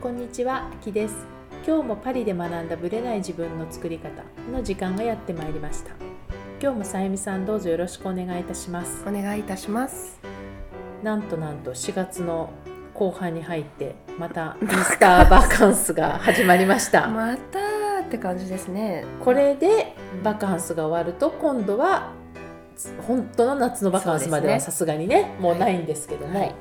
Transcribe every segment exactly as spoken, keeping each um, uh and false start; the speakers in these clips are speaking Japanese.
こんにちは、あきです。今日もパリで学んだブレない自分の作り方の時間がやってまいりました。今日もさゆみさん、どうぞよろしくお願いいたします。 お願いいたします。 なんとなんとしがつの後半に入ってまたイースターバカンスが始まりましたまたって感じですね。 これでバカンスが終わると今度は本当の夏のバカンスまではさすがにねもうないんですけども、はいはい、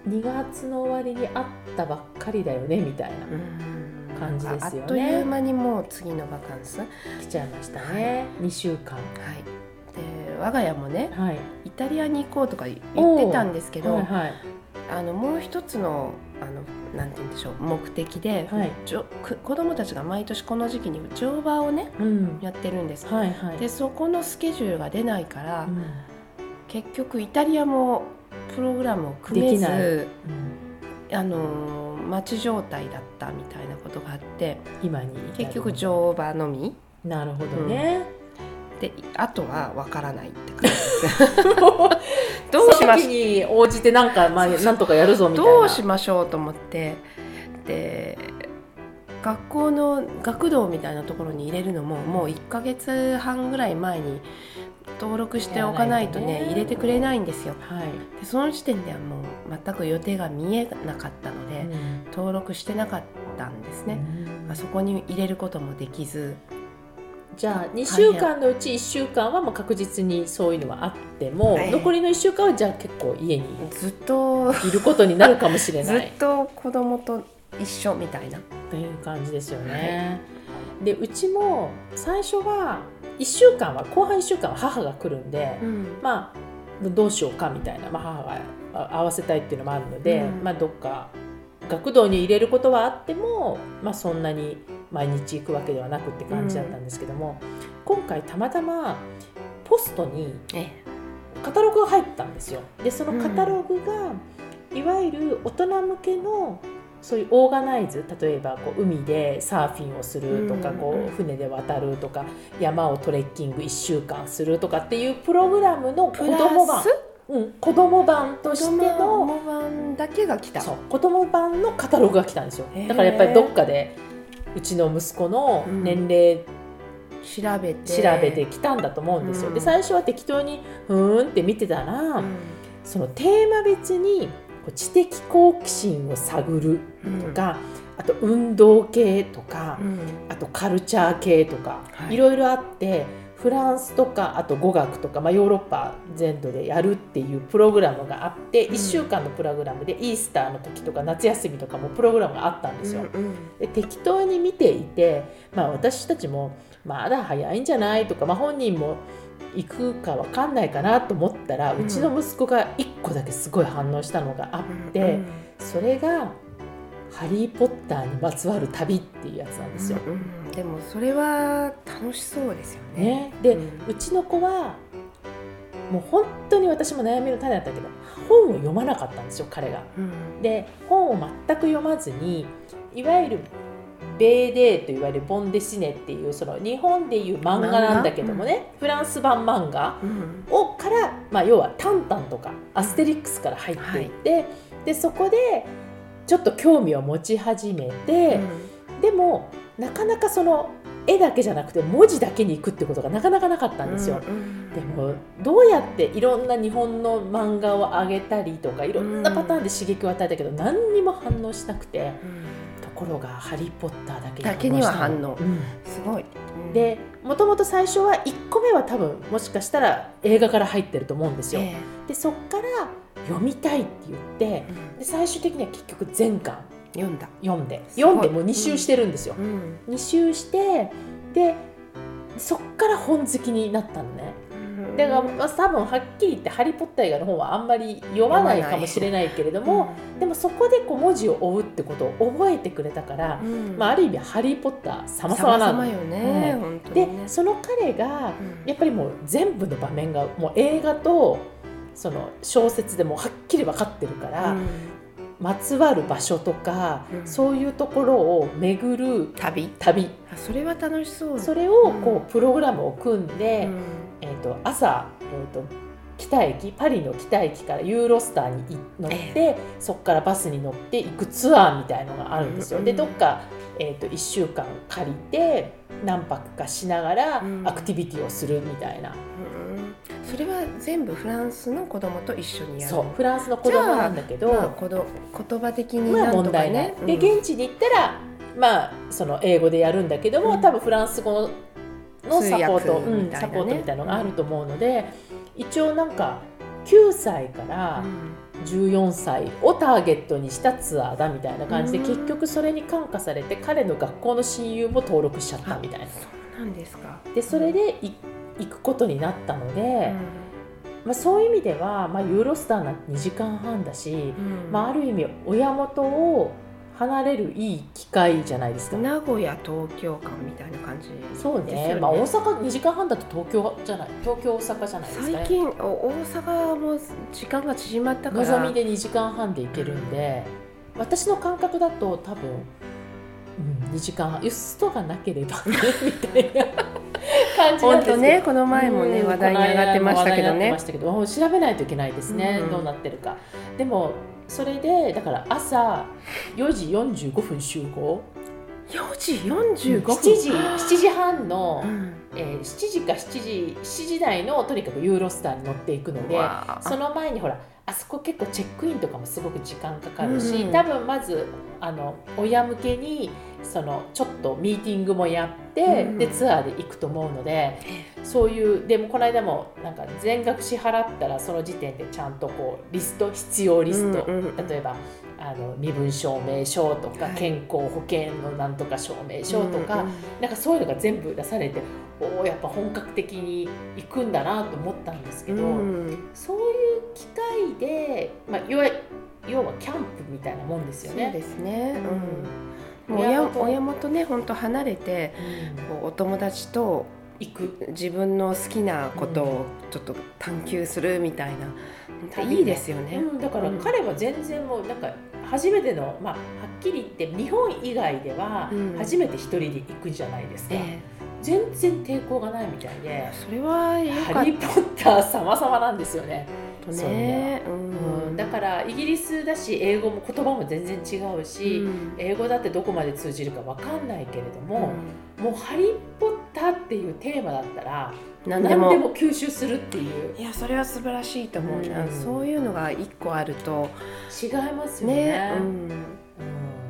にがつの終わりにあったばっかりだよねみたいな感じですよね。 あっという間にもう次のバカンス来ちゃいましたね、はい、にしゅうかん、はい、 で我が家もね、はい、イタリアに行こうとか言ってたんですけど、はいはい、あのもう一つのあのなんて言うんでしょう目的で、はい、じょ子どもたちが毎年この時期に乗馬をね、うん、やってるんです、はいはい、でそこのスケジュールが出ないから、うん、結局イタリアもプログラムを組めず、うん、あの待ち状態だったみたいなことがあって今に結局乗馬のみ。 なるほどね、 うん、であとは分からないって感じですどうしましょう、 その時に応じてなんか、まあ、なんとかやるぞみたいな。 どうしましょうと思ってで学校の学童みたいなところに入れるのももういっかげつはんぐらい前に登録しておかないとね入れてくれないんですよ、はい、でその時点ではもう全く予定が見えなかったので、うん、登録してなかったんですね、うん、そこに入れることもできず。 じゃあにしゅうかんのうちいっしゅうかんはもう確実にそういうのはあっても、はい、残りのいっしゅうかんはじゃあ結構家にずっといることになるかもしれないずっと子供と一緒みたいなという感じですよね、はい、でうちも最初はいっしゅうかんは後半いっしゅうかんは母が来るんで、うん、まあどうしようかみたいな、まあ、母が合わせたいっていうのもあるので、うんまあ、どっか学童に入れることはあっても、まあ、そんなに毎日行くわけではなくって感じだったんですけども、うん、今回たまたまポストにカタログが入ったんですよ。でそのカタログがいわゆる大人向けのそういうオーガナイズ、例えばこう海でサーフィンをするとか、こう船で渡るとか山をトレッキングいっしゅうかんするとかっていうプログラムの子供版、うん、子供版としての子供版だけが来た。 そう、子供版のカタログが来たんですよ。だからやっぱりどっかでうちの息子の年齢、うん、 調べて調べてきたんだと思うんですよ、うん、で最初は適当にふーんって見てたら、うん、そのテーマ別に知的好奇心を探るとか、うん、あと運動系とか、うん、あとカルチャー系とか、はい、いろいろあってフランスとかあと語学とか、まあ、ヨーロッパ全土でやるっていうプログラムがあって、うん、いっしゅうかんのプログラムでイースターの時とか夏休みとかもプログラムがあったんですよ、うんうん、で適当に見ていて、まあ、私たちもまだ早いんじゃないとか、まあ、本人も行くか分かんないかなと思ったら、うん、うちの息子がいっこだけすごい反応したのがあって、うんうん、それがハリーポッターにまつわる旅っていうやつなんですよ、 うんうん、でもそれは楽しそうですよね。 ねで、うん、うちの子はもう本当に私も悩みの種だったけど本を読まなかったんですよ彼が、うん、で本を全く読まずにいわゆるベーデーといわれるボンデシネっていうその日本でいう漫画なんだけどもね、うん、フランス版漫画をから、まあ、要はタンタンとかアステリックスから入っていて、はい、でそこでちょっと興味を持ち始めて、うん、でもなかなかその絵だけじゃなくて文字だけに行くってことがなかなかなかったんですよ、うんうん、でもどうやっていろんな日本の漫画を上げたりとかいろんなパターンで刺激を与えたけど何にも反応しなくて、うんところがハリーポッターだけに反応したの。だけには反応、うん、 すごい、 うん、でもともと最初はいっこめは多分もしかしたら映画から入ってると思うんですよ、えー、でそっから読みたいって言って、うん、で最終的には結局全巻読んだ読んで読んでもうに周してるんですよ、うん、に周してでそっから本好きになったのね。だから、まあ、多分はっきり言ってハリーポッター以外の本はあんまり読まないかもしれないけれども、うん、でもそこでこう文字を追うってことを覚えてくれたから、うんまあ、ある意味ハリーポッター様々なの、 様々よね、 うん、 本当にね。 でその彼がやっぱりもう全部の場面がもう映画とその小説でもはっきり分かってるから、うん、まつわる場所とか、うん、そういうところを巡る旅旅それは楽しそう。 それをこうプログラムを組んで、うんえー、と朝、えー、と北駅、パリの北駅からユーロスターに乗って、えー、そこからバスに乗って行くツアーみたいのがあるんですよ、うん、でどっか、えー、といっしゅうかん借りて何泊かしながらアクティビティをするみたいな、 うんうん、それは全部フランスの子供と一緒にやる。 そうフランスの子供なんだけど、 まあ、言葉的になんとかね、まあ、問題ない、 うん、で現地に行ったら、まあ、その英語でやるんだけども、うん、多分フランス語のサポート、うん、サポートみたいなのがあると思うので、うん、一応なんかきゅうさいからじゅうよんさいをターゲットにしたツアーだみたいな感じで、うん、結局それに感化されて彼の学校の親友も登録しちゃったみたいな。 そうなんですか。 でそれで行くことになったので、うん、まあ、そういう意味では、まあ、ユーロスターなんてにじかんはんだし、うん、まあ、ある意味親元を離れるいい機会じゃないですか。 名古屋東京間みたいな感じですよね。 そうね、まあ、大阪にじかんはんだと東京じゃない、東京大阪じゃないですかね。 最近大阪も時間が縮まったからのぞみでにじかんはんで行けるんで、うん、私の感覚だと多分、うん、にじかんはん、輸出とかなければねみたいな感じなんですけど、 本当ね、この前もね、うん、話題に上がってましたけどね。 けど調べないといけないですね、うん、どうなってるか。でもそれでだから朝よじよんじゅうごふん集合、 よじよんじゅうごふん、 しちじ、しちじはんの、うん、えー、しちじかしちじ、しちじ台のとにかくユーロスターに乗っていくので、その前にほらあそこ結構チェックインとかもすごく時間かかるし、うん、多分まずあの親向けにそのちょっとミーティングもやって、うん、でツアーで行くと思うので、そういうでもこの間もなんか全額支払ったらその時点でちゃんとこうリスト、必要リスト、うんうんうん、例えばあの身分証明書とか、はい、健康保険のなんとか証明書とか、うんうん、なんかそういうのが全部出されて、おやっぱ本格的に行くんだなと思ったんですけど、うん、そういう機会で、まあ、要は、要はキャンプみたいなもんですよね。 そうですね、うん、もう親元、親元ね、本当離れて、うん、こうお友達と行く、自分の好きなことをちょっと探求するみたいな、うん、いいですよね、 うん、だから彼は全然もうなんか初めての、まあ、はっきり言って日本以外では初めて一人で行くじゃないですか、うんえー、全然抵抗がないみたいで、 それはよかった。 ハリーポッター様々なんですよね。 ね、 うんうん、だからイギリスだし英語も言葉も全然違うし、うん、英語だってどこまで通じるか分かんないけれども、うん、もうハリーポッターっていうテーマだったら何でも、何でも吸収するっていう。 いや、それは素晴らしいと思うな、うん、そういうのが一個あると違いますよね、ね、うんうん、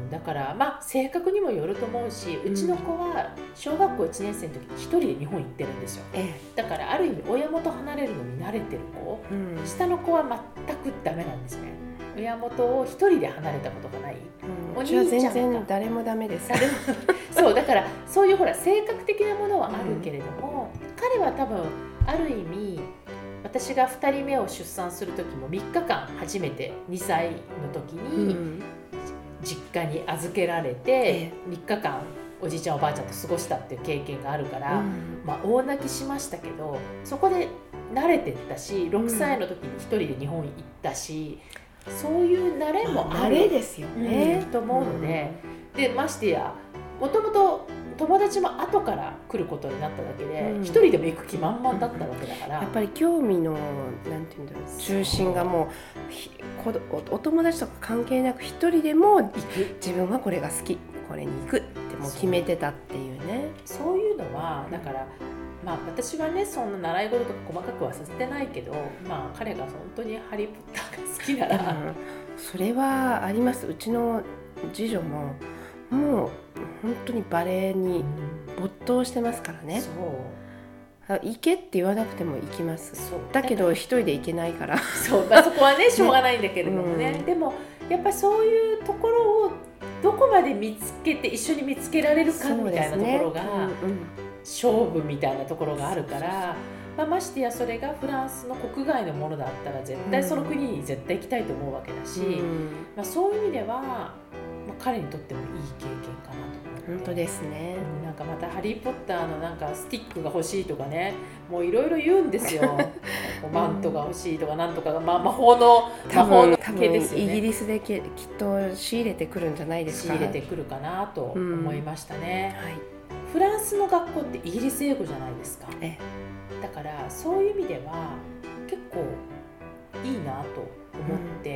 だからまあ性格にもよると思うし、うちの子は小学校いちねん生の時に一人で日本行ってるんですよ、ええ、だからある意味親元離れるのに慣れてる子、うん、下の子は全くダメなんですね。親元を一人で離れたことがない、 うん、お兄ちゃんが全然誰もダメですそうだからそういうほら性格的なものはあるけれども、うん、彼は多分ある意味私がふたりめを出産する時もみっかかん初めてにさいの時に実家に預けられてみっかかんおじいちゃんおばあちゃんと過ごしたっていう経験があるから、うん、まあ大泣きしましたけどそこで慣れてったし、ろくさいの時に一人で日本行ったし、そういう慣れもある、 慣れですよね、 うん、と思うので、うん、でましてやもともと友達も後から来ることになっただけで、うん、一人でも行く気満々だったわけだから、 やっぱり興味のなんていうんだろう、中心がもうお友達とか関係なく一人でも行く、自分はこれが好き、これに行くってもう決めてたっていうね。 そう、そういうのはだからまあ、私はねそんな習い事とか細かくはさせてないけど、まあ、彼が本当にハリー・ポッターが好きなら、うん、 それはあります。うちの次女ももう本当にバレエに没頭してますからね、うん、そう行けって言わなくても行きます。そうだけど一人で行けないからそう、まあ、そこはねしょうがないんだけれどもね、うん、でもやっぱそういうところをどこまで見つけて一緒に見つけられるかみたいなところが、勝負みたいなところがあるから、まあ、ましてやそれがフランスの国外のものだったら絶対その国に絶対行きたいと思うわけだし、うん、まあ、そういう意味では、まあ、彼にとってもいい経験かなと思って。 本当ですね、 うん、なんかまたハリー・ポッターのなんかスティックが欲しいとかね、もういろいろ言うんですよマントが欲しいとかなんとか、ま、魔法の魔法の系ですよね。 イギリスできっと仕入れてくるんじゃないですか。 仕入れてくるかなと思いましたね、うん、はい。フランスの学校ってイギリス英語じゃないですか、ええ、だからそういう意味では結構いいなと思って、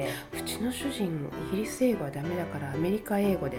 うん、うちの主人イギリス英語はダメだからアメリカ英語でって、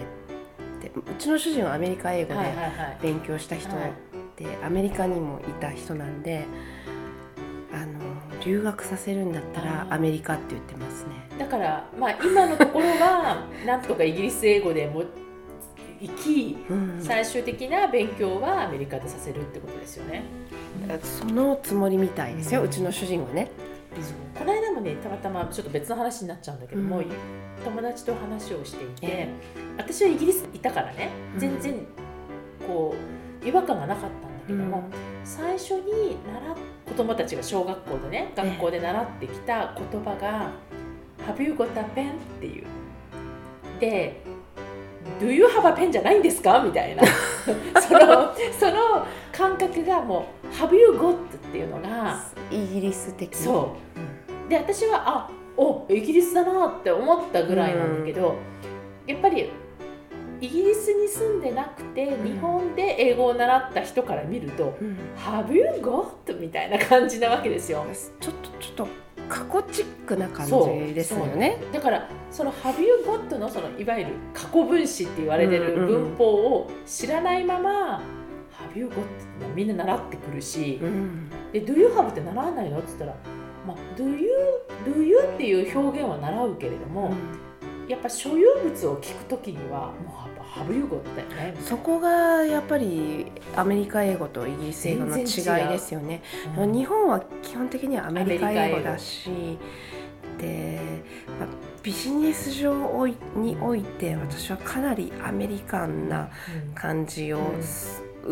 うちの主人はアメリカ英語で勉強した人で、はいはいはい、アメリカにもいた人なんで、あの留学させるんだったらアメリカって言ってますね。 だから、まあ、今のところはなんとかイギリス英語でも行き、うん、最終的な勉強はアメリカでさせるってことですよね。 そのつもりみたいですよ、うん、うちの主人はね。 この間もね、たまたまちょっと別の話になっちゃうんだけども、うん、友達と話をしていて、えー、私はイギリスにいたからね、全然こう違和感がなかったんだけども、うん、最初に習っ子供たちが小学校でね、学校で習ってきた言葉が、えー、Have you got a pen? っていうで、Do you have a pen? じゃないんですかみたいなその、その感覚がもう Have you got? っていうのがイギリス的。 そう、うん、で私はあおイギリスだなって思ったぐらいなんだけど、うん、やっぱりイギリスに住んでなくて、うん、日本で英語を習った人から見ると、うん、Have you got? みたいな感じなわけですよ。 ちょっとちょっと過去チックな感じですよね。 だからその Have you got? のそのいわゆる過去分詞って言われてる文法を知らないまま、うんうん、Have you got? ってみんな習ってくるし、うん、で Do you have? って習わないのって言ったら、まあ、Do you? Do you? っていう表現は習うけれども、うん、やっぱ所有物を聞くときにはもうHave you got? だよね。 そこがやっぱりアメリカ英語とイギリス英語の違いですよね。うん、日本は基本的にはアメリカ英語だし、で、まあ、ビジネス上において私はかなりアメリカンな感じを、うん、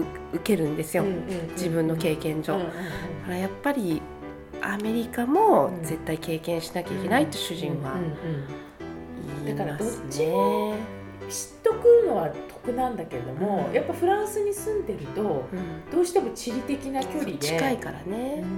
受けるんですよ、うんうんうん、自分の経験上、うんうんうん、だからやっぱりアメリカも絶対経験しなきゃいけないって主人は言いますね。 だからどっちも知っとくのは得なんだけれども、うん、やっぱフランスに住んでると、うん、どうしても地理的な距離で近いからね、 うん、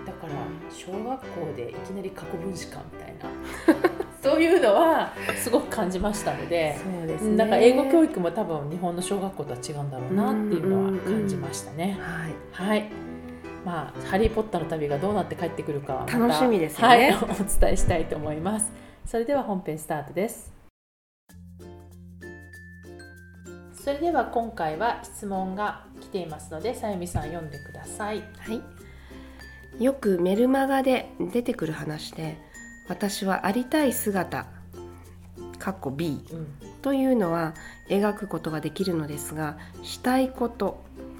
だから小学校でいきなり過去分詞かみたいなそういうのはすごく感じましたので、そうですね、だから英語教育も多分日本の小学校とは違うんだろうなっていうのは感じましたね。はい、はい、まあ、ハリーポッターの旅がどうなって帰ってくるかはまた楽しみですよね、 はい、お伝えしたいと思います。それでは本編スタートです。それでは今回は質問が来ていますので、さゆみさん読んでください。 はい、よくメルマガで出てくる話で、私はありたい姿（B）、うん、というのは描くことができるのですが、したいこと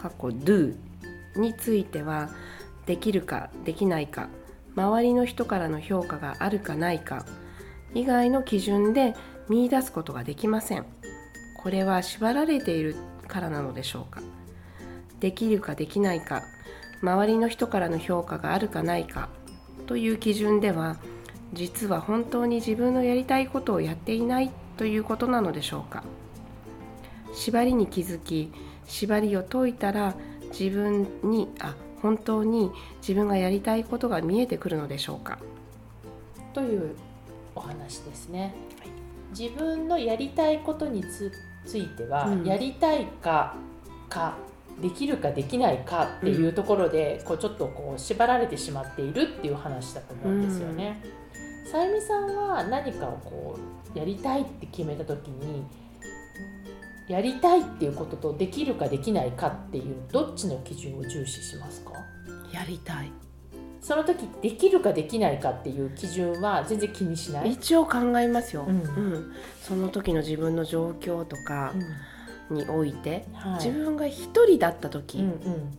（Do） についてはできるかできないか、周りの人からの評価があるかないか以外の基準で見出すことができません。これは縛られているからなのでしょうか。できるかできないか、周りの人からの評価があるかないかという基準では、実は本当に自分のやりたいことをやっていないということなのでしょうか。縛りに気づき、縛りを解いたら、自分にあ本当に自分がやりたいことが見えてくるのでしょうか。 というお話ですね。はい、自分のやりたいことにつついては、うん、やりたいかかできるかできないかっていうところで、うん、こうちょっとこう縛られてしまっているっていう話だと思うんですよね。うん、さゆみさんは何かをこうやりたいって決めた時に、やりたいっていうこととできるかできないかっていうどっちの基準を重視しますか？ やりたい。 その時できるかできないかっていう基準は全然気にしない？ 一応考えますよ。うんうん、その時の自分の状況とかにおいて、うん、はい、自分が一人だった時、うんうん、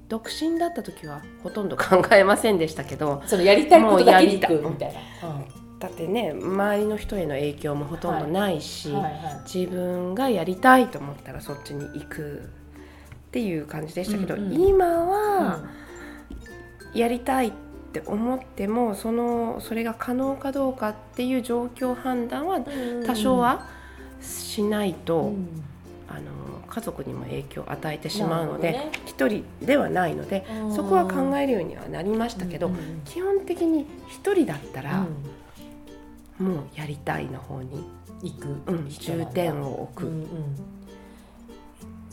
独身だった時はほとんど考えませんでしたけど、 そのやりたいことだけに行くみたいな、 うん、だってね、周りの人への影響もほとんどないし、はいはいはい、自分がやりたいと思ったらそっちに行くっていう感じでしたけど、うんうん、今は、うん、やりたいって思っても、そのそれが可能かどうかっていう状況判断は多少はしないと、うん、あの家族にも影響を与えてしまうので、ね、一人ではないので、そこは考えるようにはなりましたけど、うんうん、基本的に一人だったら、うん、もうやりたいの方に行く、 うん、重点を置く、うんうん、 そ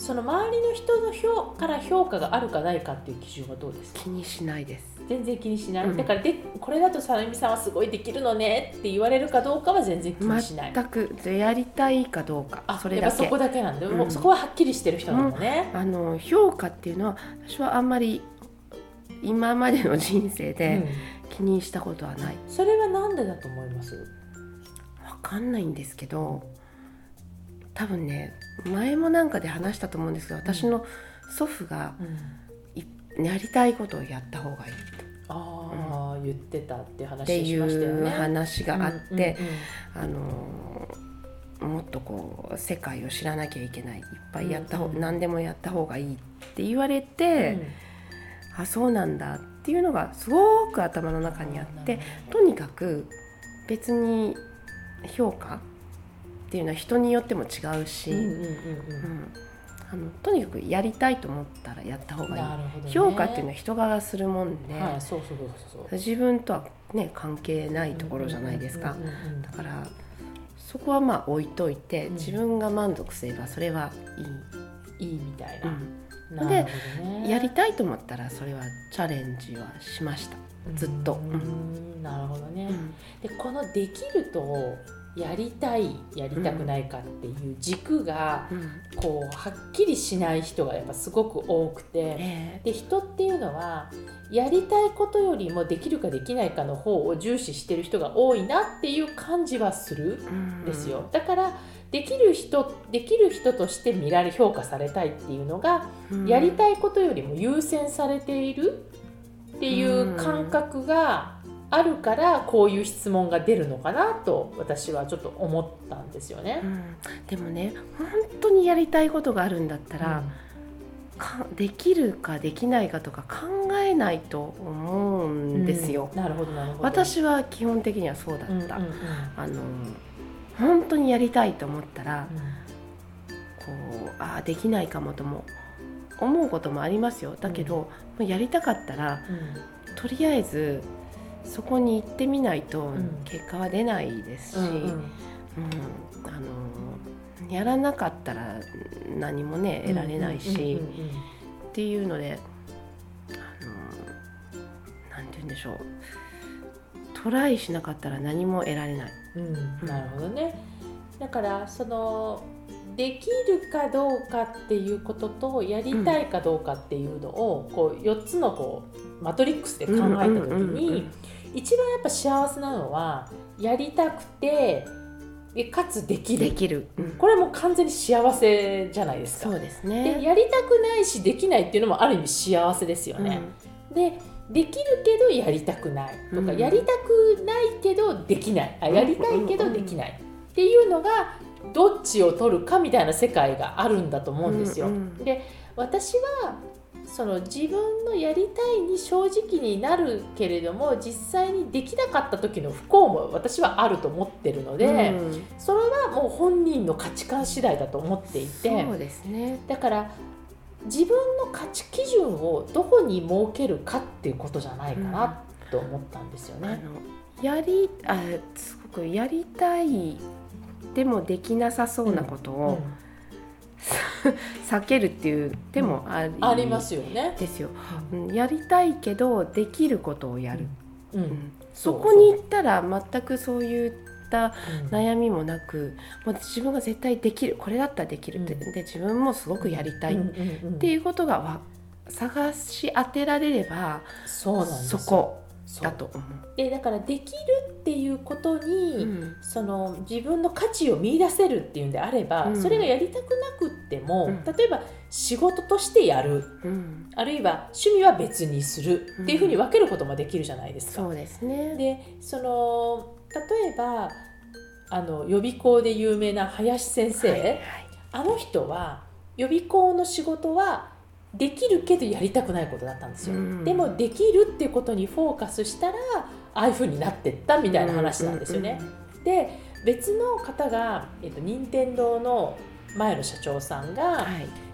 その周りの人の評から評価があるかないかっていう基準はどうですか？ 気にしないです。 全然気にしない、 うん、 だからでこれだとさゆみさんはすごいできるのねって言われるかどうかは全然気にしない。 全くやりたいかどうか、 あ、 それだけ。 やっぱそこだけなんで、うん、そこははっきりしてる人なのね、 うん、あの評価っていうのは私はあんまり今までの人生で気にしたことはない、 うん、それはなんでだと思います？ わかんないんですけど、多分ね前もなんかで話したと思うんですけど、私の祖父が、うん、やりたいことをやった方がいい、 あ、うん、言ってたって話しましたよね。 っていう話があって、 うんうんうん、 あのもっとこう世界を知らなきゃいけない、いっぱいやった方、うんうん、何でもやった方がいいって言われて、うん、あ、そうなんだっていうのがすごく頭の中にあって、とにかく別に評価っていうのは人によっても違うし、あのとにかくやりたいと思ったらやった方がいい、ね、評価っていうのは人がするもんで、はい、そうそうそうそう、自分とは、ね、関係ないところじゃないですか。だからそこはまあ置いといて、うん、自分が満足すればそれはいい、いいみたいな、うん、なるほどね。でやりたいと思ったらそれはチャレンジはしました、ずっと。 うんうん、なるほどね、うん、でこのできるとやりたいやりたくないかっていう軸がこうはっきりしない人がやっぱすごく多くて、で人っていうのはやりたいことよりもできるかできないかの方を重視してる人が多いなっていう感じはするんですよ。だからできる人できる人として見られ評価されたいっていうのが、やりたいことよりも優先されているっていう感覚があるから、こういう質問が出るのかなと私はちょっと思ったんですよね、うん、 でもね本当にやりたいことがあるんだったら、うん、かできるかできないかとか考えないと思うんですよ、 うん、なるほどなるほど。 私は基本的にはそうだった、うんうんうん、あの本当にやりたいと思ったら、うん、こうあできないかもとも思うこともありますよ。だけど、うん、やりたかったら、うん、とりあえずそこに行ってみないと結果は出ないですし、うんうんうん、あのやらなかったら何もね得られないし、うんうんうんうん、っていうので、あのなんて言うんでしょう、トライしなかったら何も得られない、 うん、なるほどね。だからそのできるかどうかっていうこととやりたいかどうかっていうのをこうよっつのこうマトリックスで考えた時に、うんうんうんうん、一番やっぱ幸せなのはやりたくてかつできる、 できる、うん、 これも完全に幸せじゃないですか。 そうですね。 でやりたくないしできないっていうのもある意味幸せですよね、うん、でできるけどやりたくないとか、うん、やりたくないけどできない、あやりたいけどできないっていうのがどっちを取るかみたいな世界があるんだと思うんですよ、うんうん、で私はその自分のやりたいに正直になるけれども実際にできなかった時の不幸も私はあると思ってるので、うん、それはもう本人の価値観次第だと思っていて、 そうですね。だから自分の価値基準をどこに設けるかっていうことじゃないかなと思ったんですよね、 うん、あのやりあすごくやりたいでもできなさそうなことを、うんうん避けるっていう手もあり、うん、 ありますよね。 ですよ、うん、やりたいけどできることをやる、うんうん、そこに行ったら全くそういった悩みもなく、もう自分が絶対できる、これだったらできるって、うん、で自分もすごくやりたいっていうことがわ探し当てられれば、 そうなんですよ、 そこだと思う。 でだからできるっていうことに、うん、その自分の価値を見出せるっていうんであれば、うん、それがやりたくなくっても、うん、例えば仕事としてやる、うん、あるいは趣味は別にするっていうふうに分けることもできるじゃないですか、 そうですね。 でその例えばあの予備校で有名な林先生、はいはい、あの人は予備校の仕事はできるけどやりたくないことだったんですよ、うん、でもできるっていうことにフォーカスしたらああいう風になってったみたいな話なんですよね、うんうんうん、で別の方が、えっと、任天堂の前の社長さんが、はい、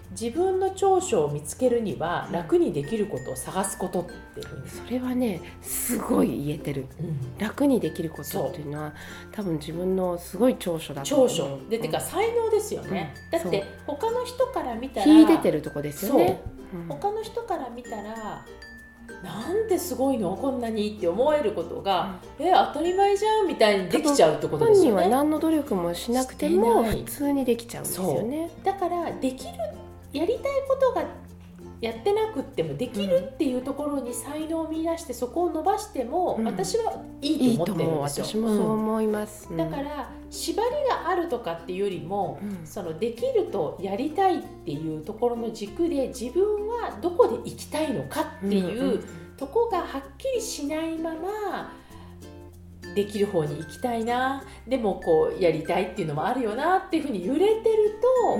自分の長所を見つけるには楽にできることを探すことっていうふうに、 それはねすごい言えてる、うん、楽にできることっていうのは多分自分のすごい長所だと思う。 長所で、うん、てか才能ですよね、うん、だって他の人から見たら秀でてるとこですよね。 そう、うん、他の人から見たらなんですごいのこんなにって思えることが、うん、え当たり前じゃんみたいにできちゃうってことですよね。 本人は何の努力もしなくても普通にできちゃうんですよね。 だからできるやりたいことがやってなくってもできるっていうところに才能を見出してそこを伸ばしても、うん、私はいいと思ってるんですよ。 いいと思う。私もそう思います、 うん、だから縛りがあるとかっていうよりも、うん、そのできるとやりたいっていうところの軸で自分はどこで行きたいのかっていうとこがはっきりしないままできる方に行きたいな、でもこうやりたいっていうのもあるよなっていうふうに揺れてると、うん、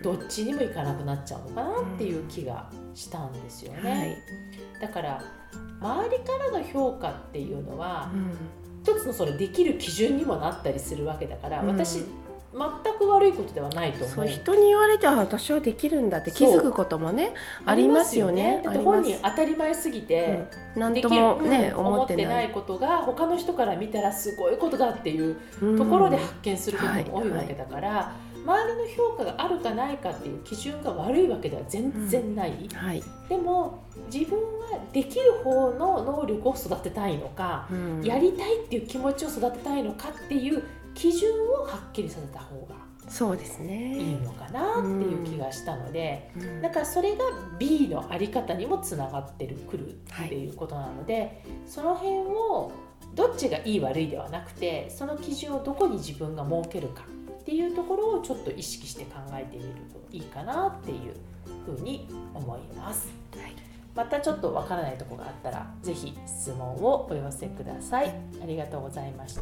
どっちにも行かなくなっちゃうのかなっていう気がしたんですよね、はい、だから周りからの評価っていうのは、うん、一つのそれできる基準にもなったりするわけだから、うん、私全く悪いことではないと思う。 そう人に言われて私はできるんだって気づくこともねありますよね。 だって本人当たり前すぎて、 うん、何ともね、 うん、思ってないことが他の人から見たらすごいことだっていうところで発見することも多いわけだから、うんはいはい、周りの評価があるかないかっていう基準が悪いわけでは全然ない、うんはい、でも自分はできる方の能力を育てたいのか、うん、やりたいっていう気持ちを育てたいのかっていう基準をはっきりさせた方がそうですねいいのかなっていう気がしたので、うん、だからそれが ビー のあり方にもつながってくるっていうことなので、はい、その辺をどっちがいい悪いではなくてその基準をどこに自分が設けるかっていうところをちょっと意識して考えてみるといいかなっていうふうに思います、はい、またちょっとわからないところがあったらぜひ質問をお寄せください。ありがとうございました。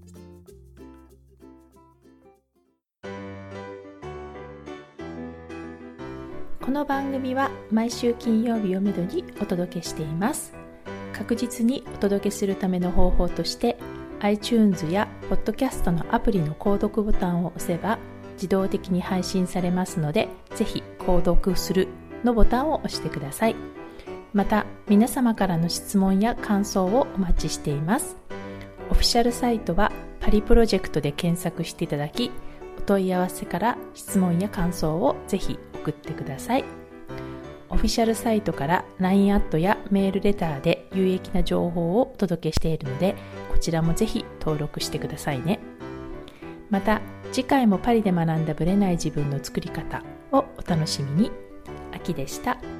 この番組は毎週金曜日をめどにお届けしています。確実にお届けするための方法として iTunes や Podcast のアプリの購読ボタンを押せば自動的に配信されますので、ぜひ購読するのボタンを押してください。また皆様からの質問や感想をお待ちしています。オフィシャルサイトはパリプロジェクトで検索していただき、お問い合わせから質問や感想をぜひ送ってください。オフィシャルサイトから ライン アットやメールレターで有益な情報をお届けしているので、こちらもぜひ登録してくださいね。また次回もパリで学んだブレない自分の作り方をお楽しみに。あきでした。